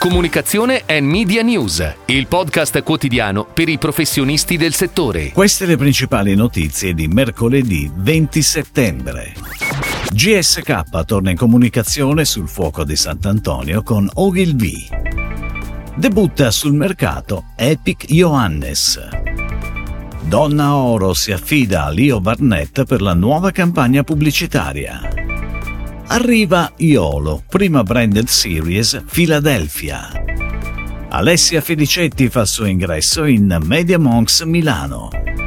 Comunicazione and Media News, il podcast quotidiano per i professionisti del settore. Queste le principali notizie di mercoledì 20 settembre. GSK torna in comunicazione sul fuoco di Sant'Antonio con Ogilvy. Debutta sul mercato Epic Johannes. Donna Oro si affida a Leo Burnett per la nuova campagna pubblicitaria. Arriva Iolo, prima branded series Philadelphia. Alessia Felicetti fa il suo ingresso in Media Monks Milano.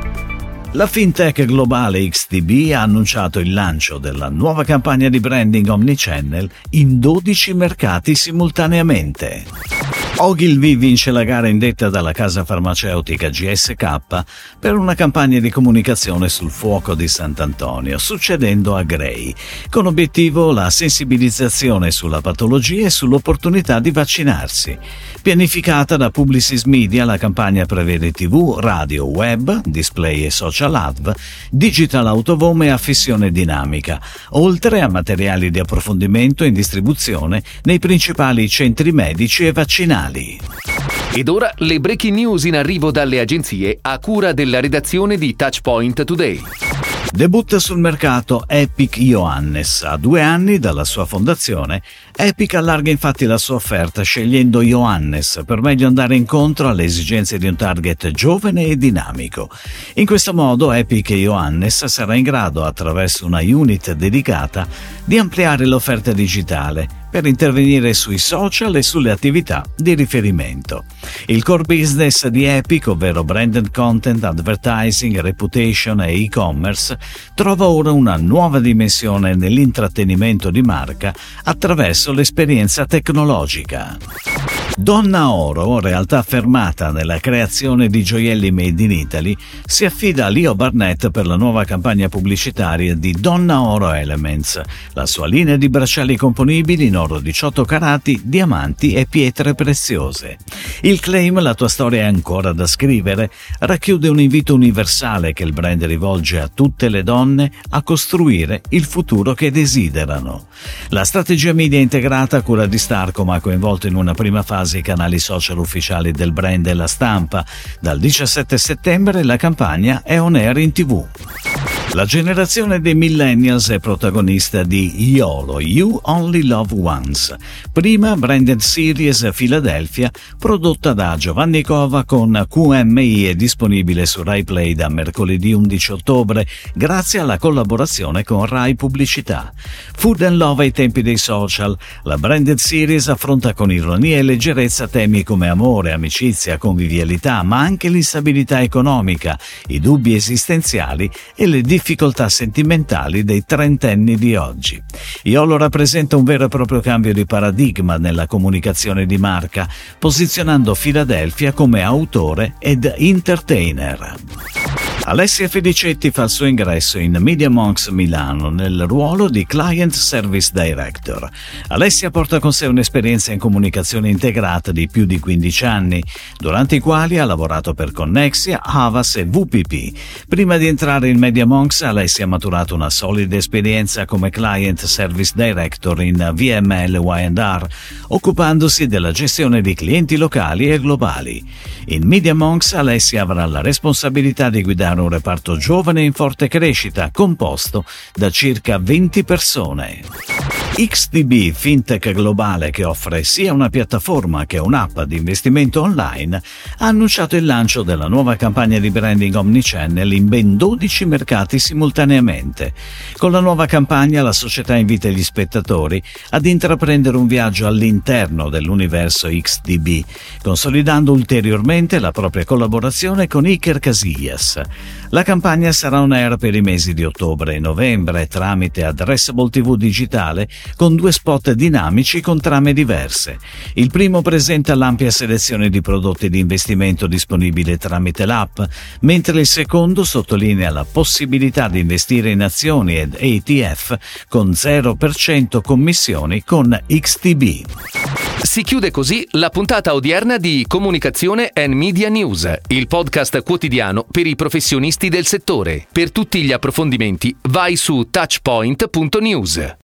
La fintech globale XTB ha annunciato il lancio della nuova campagna di branding omnichannel in 12 mercati simultaneamente. Ogilvy vince la gara indetta dalla casa farmaceutica GSK per una campagna di comunicazione sul fuoco di Sant'Antonio, succedendo a Grey, con obiettivo la sensibilizzazione sulla patologia e sull'opportunità di vaccinarsi. Pianificata da Publicis Media, la campagna prevede TV, radio, web, display e social ad, digital out of home e affissione dinamica, oltre a materiali di approfondimento in distribuzione nei principali centri medici e vaccinali. Ed ora le breaking news in arrivo dalle agenzie a cura della redazione di Touchpoint Today. Debutta sul mercato Epic Johannes. A 2 anni dalla sua fondazione, Epic allarga infatti la sua offerta scegliendo Johannes per meglio andare incontro alle esigenze di un target giovane e dinamico. In questo modo Epic Johannes sarà in grado, attraverso una unit dedicata, di ampliare l'offerta digitale per intervenire sui social e sulle attività di riferimento. Il core business di Epic, ovvero branded content, advertising, reputation e e-commerce, trova ora una nuova dimensione nell'intrattenimento di marca attraverso l'esperienza tecnologica. Donna Oro, realtà affermata nella creazione di gioielli made in Italy, si affida a Leo Burnett per la nuova campagna pubblicitaria di Donna Oro Elements, la sua linea di bracciali componibili in oro 18 carati, diamanti e pietre preziose. Il claim "La tua storia è ancora da scrivere" racchiude un invito universale che il brand rivolge a tutte le donne a costruire il futuro che desiderano. La strategia media integrata a cura di Starcom ha coinvolto in una prima fase i canali social ufficiali del brand e la stampa. Dal 17 settembre la campagna è on air in TV. La generazione dei millennials è protagonista di YOLO, You Only Love Once, prima branded series Philadelphia prodotta da Giovanni Cova con QMI e disponibile su Rai Play da mercoledì 11 ottobre grazie alla collaborazione con Rai Pubblicità. Food and Love ai tempi dei social, la branded series affronta con ironia e leggerezza temi come amore, amicizia, convivialità, ma anche l'instabilità economica, i dubbi esistenziali e le difficoltà sentimentali dei trentenni di oggi. YOLO rappresenta un vero e proprio cambio di paradigma nella comunicazione di marca, posizionando Philadelphia come autore ed entertainer. Alessia Felicetti fa il suo ingresso in Media Monks Milano nel ruolo di Client Service Director. Alessia porta con sé un'esperienza in comunicazione integrata di più di 15 anni, durante i quali ha lavorato per Connexia, Havas e VPP. Prima di entrare in Media Monks, Alessia ha maturato una solida esperienza come Client Service Director in VML Y&R, occupandosi della gestione di clienti locali e globali. In Media Monks, Alessia avrà la responsabilità di guidare un reparto giovane in forte crescita, composto da circa 20 persone. XTB, fintech globale che offre sia una piattaforma che un'app di investimento online, ha annunciato il lancio della nuova campagna di branding omnichannel in ben 12 mercati simultaneamente. Con la nuova campagna la società invita gli spettatori ad intraprendere un viaggio all'interno dell'universo XTB, consolidando ulteriormente la propria collaborazione con Iker Casillas. La campagna sarà on air per i mesi di ottobre e novembre tramite Addressable TV digitale con 2 spot dinamici con trame diverse. Il primo presenta l'ampia selezione di prodotti di investimento disponibile tramite l'app, mentre il secondo sottolinea la possibilità di investire in azioni ed ETF con 0% commissioni con XTB. Si chiude così la puntata odierna di Comunicazione and Media News, il podcast quotidiano per i professionisti del settore. Per tutti gli approfondimenti vai su touchpoint.news.